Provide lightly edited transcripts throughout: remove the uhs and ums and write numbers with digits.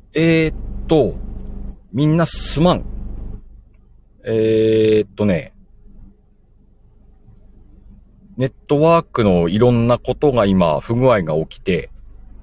えーっと、みんなすまん。ね、ネットワークのいろんなことが今、不具合が起きて、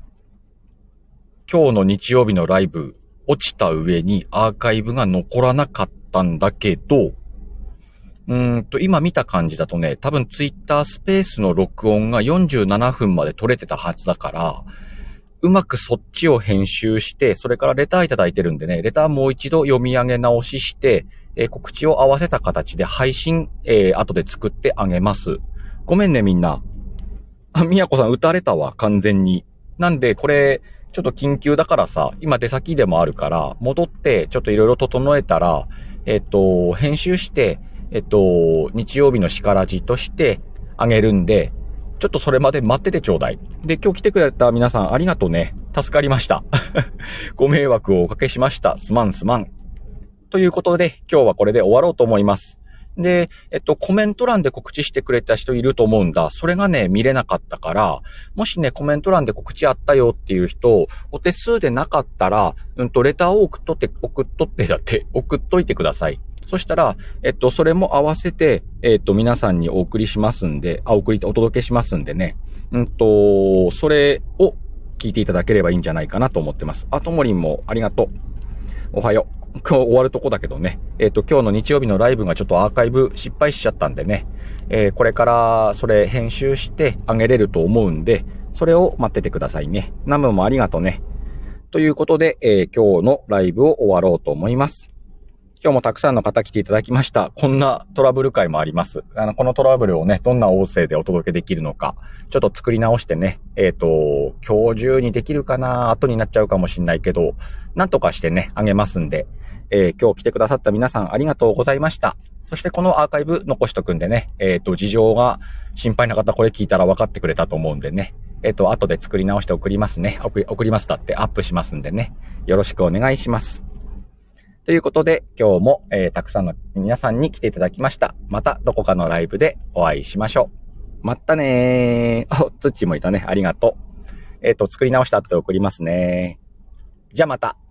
今日の日曜日のライブ、落ちた上にアーカイブが残らなかったんだけど、今見た感じだとね、多分ツイッタースペースの録音が47分まで撮れてたはずだから、うまくそっちを編集して、それからレターいただいてるんでね、レターもう一度読み上げ直しして、告知を合わせた形で配信、後で作ってあげます。ごめんねみんな。みやこさん撃たれたわ、完全に。なんで、これ、ちょっと緊急だからさ、今出先でもあるから、戻って、ちょっといろいろ整えたら、編集して、日曜日のしからじとしてあげるんで、ちょっとそれまで待っててちょうだい。で、今日来てくれた皆さんありがとうね。助かりました。ご迷惑をおかけしました。すまんすまん。ということで、今日はこれで終わろうと思います。で、コメント欄で告知してくれた人いると思うんだ。それがね、見れなかったから、もしね、コメント欄で告知あったよっていう人、お手数でなかったら、レターを送っといてください。そしたら、それも合わせて、皆さんにお届けしますんでね。それを聞いていただければいいんじゃないかなと思ってます。あともりんもありがとう。おはよう。今日終わるとこだけどね。今日の日曜日のライブがちょっとアーカイブ失敗しちゃったんでね。これからそれ編集してあげれると思うんで、それを待っててくださいね。ナムもありがとうね。ということで、今日のライブを終わろうと思います。今日もたくさんの方来ていただきました。こんなトラブル会もあります。このトラブルをね、どんな音声でお届けできるのか、ちょっと作り直してね、今日中にできるかな、後になっちゃうかもしんないけど、なんとかしてね、あげますんで、今日来てくださった皆さんありがとうございました。そしてこのアーカイブ残しとくんでね、事情が心配な方これ聞いたら分かってくれたと思うんでね、後で作り直して送りますね。送りますだってアップしますんでね、よろしくお願いします。ということで、今日も、たくさんの皆さんに来ていただきました。またどこかのライブでお会いしましょう。またねー。つっちもいたね。ありがとう。作り直した後で送りますね。じゃあまた。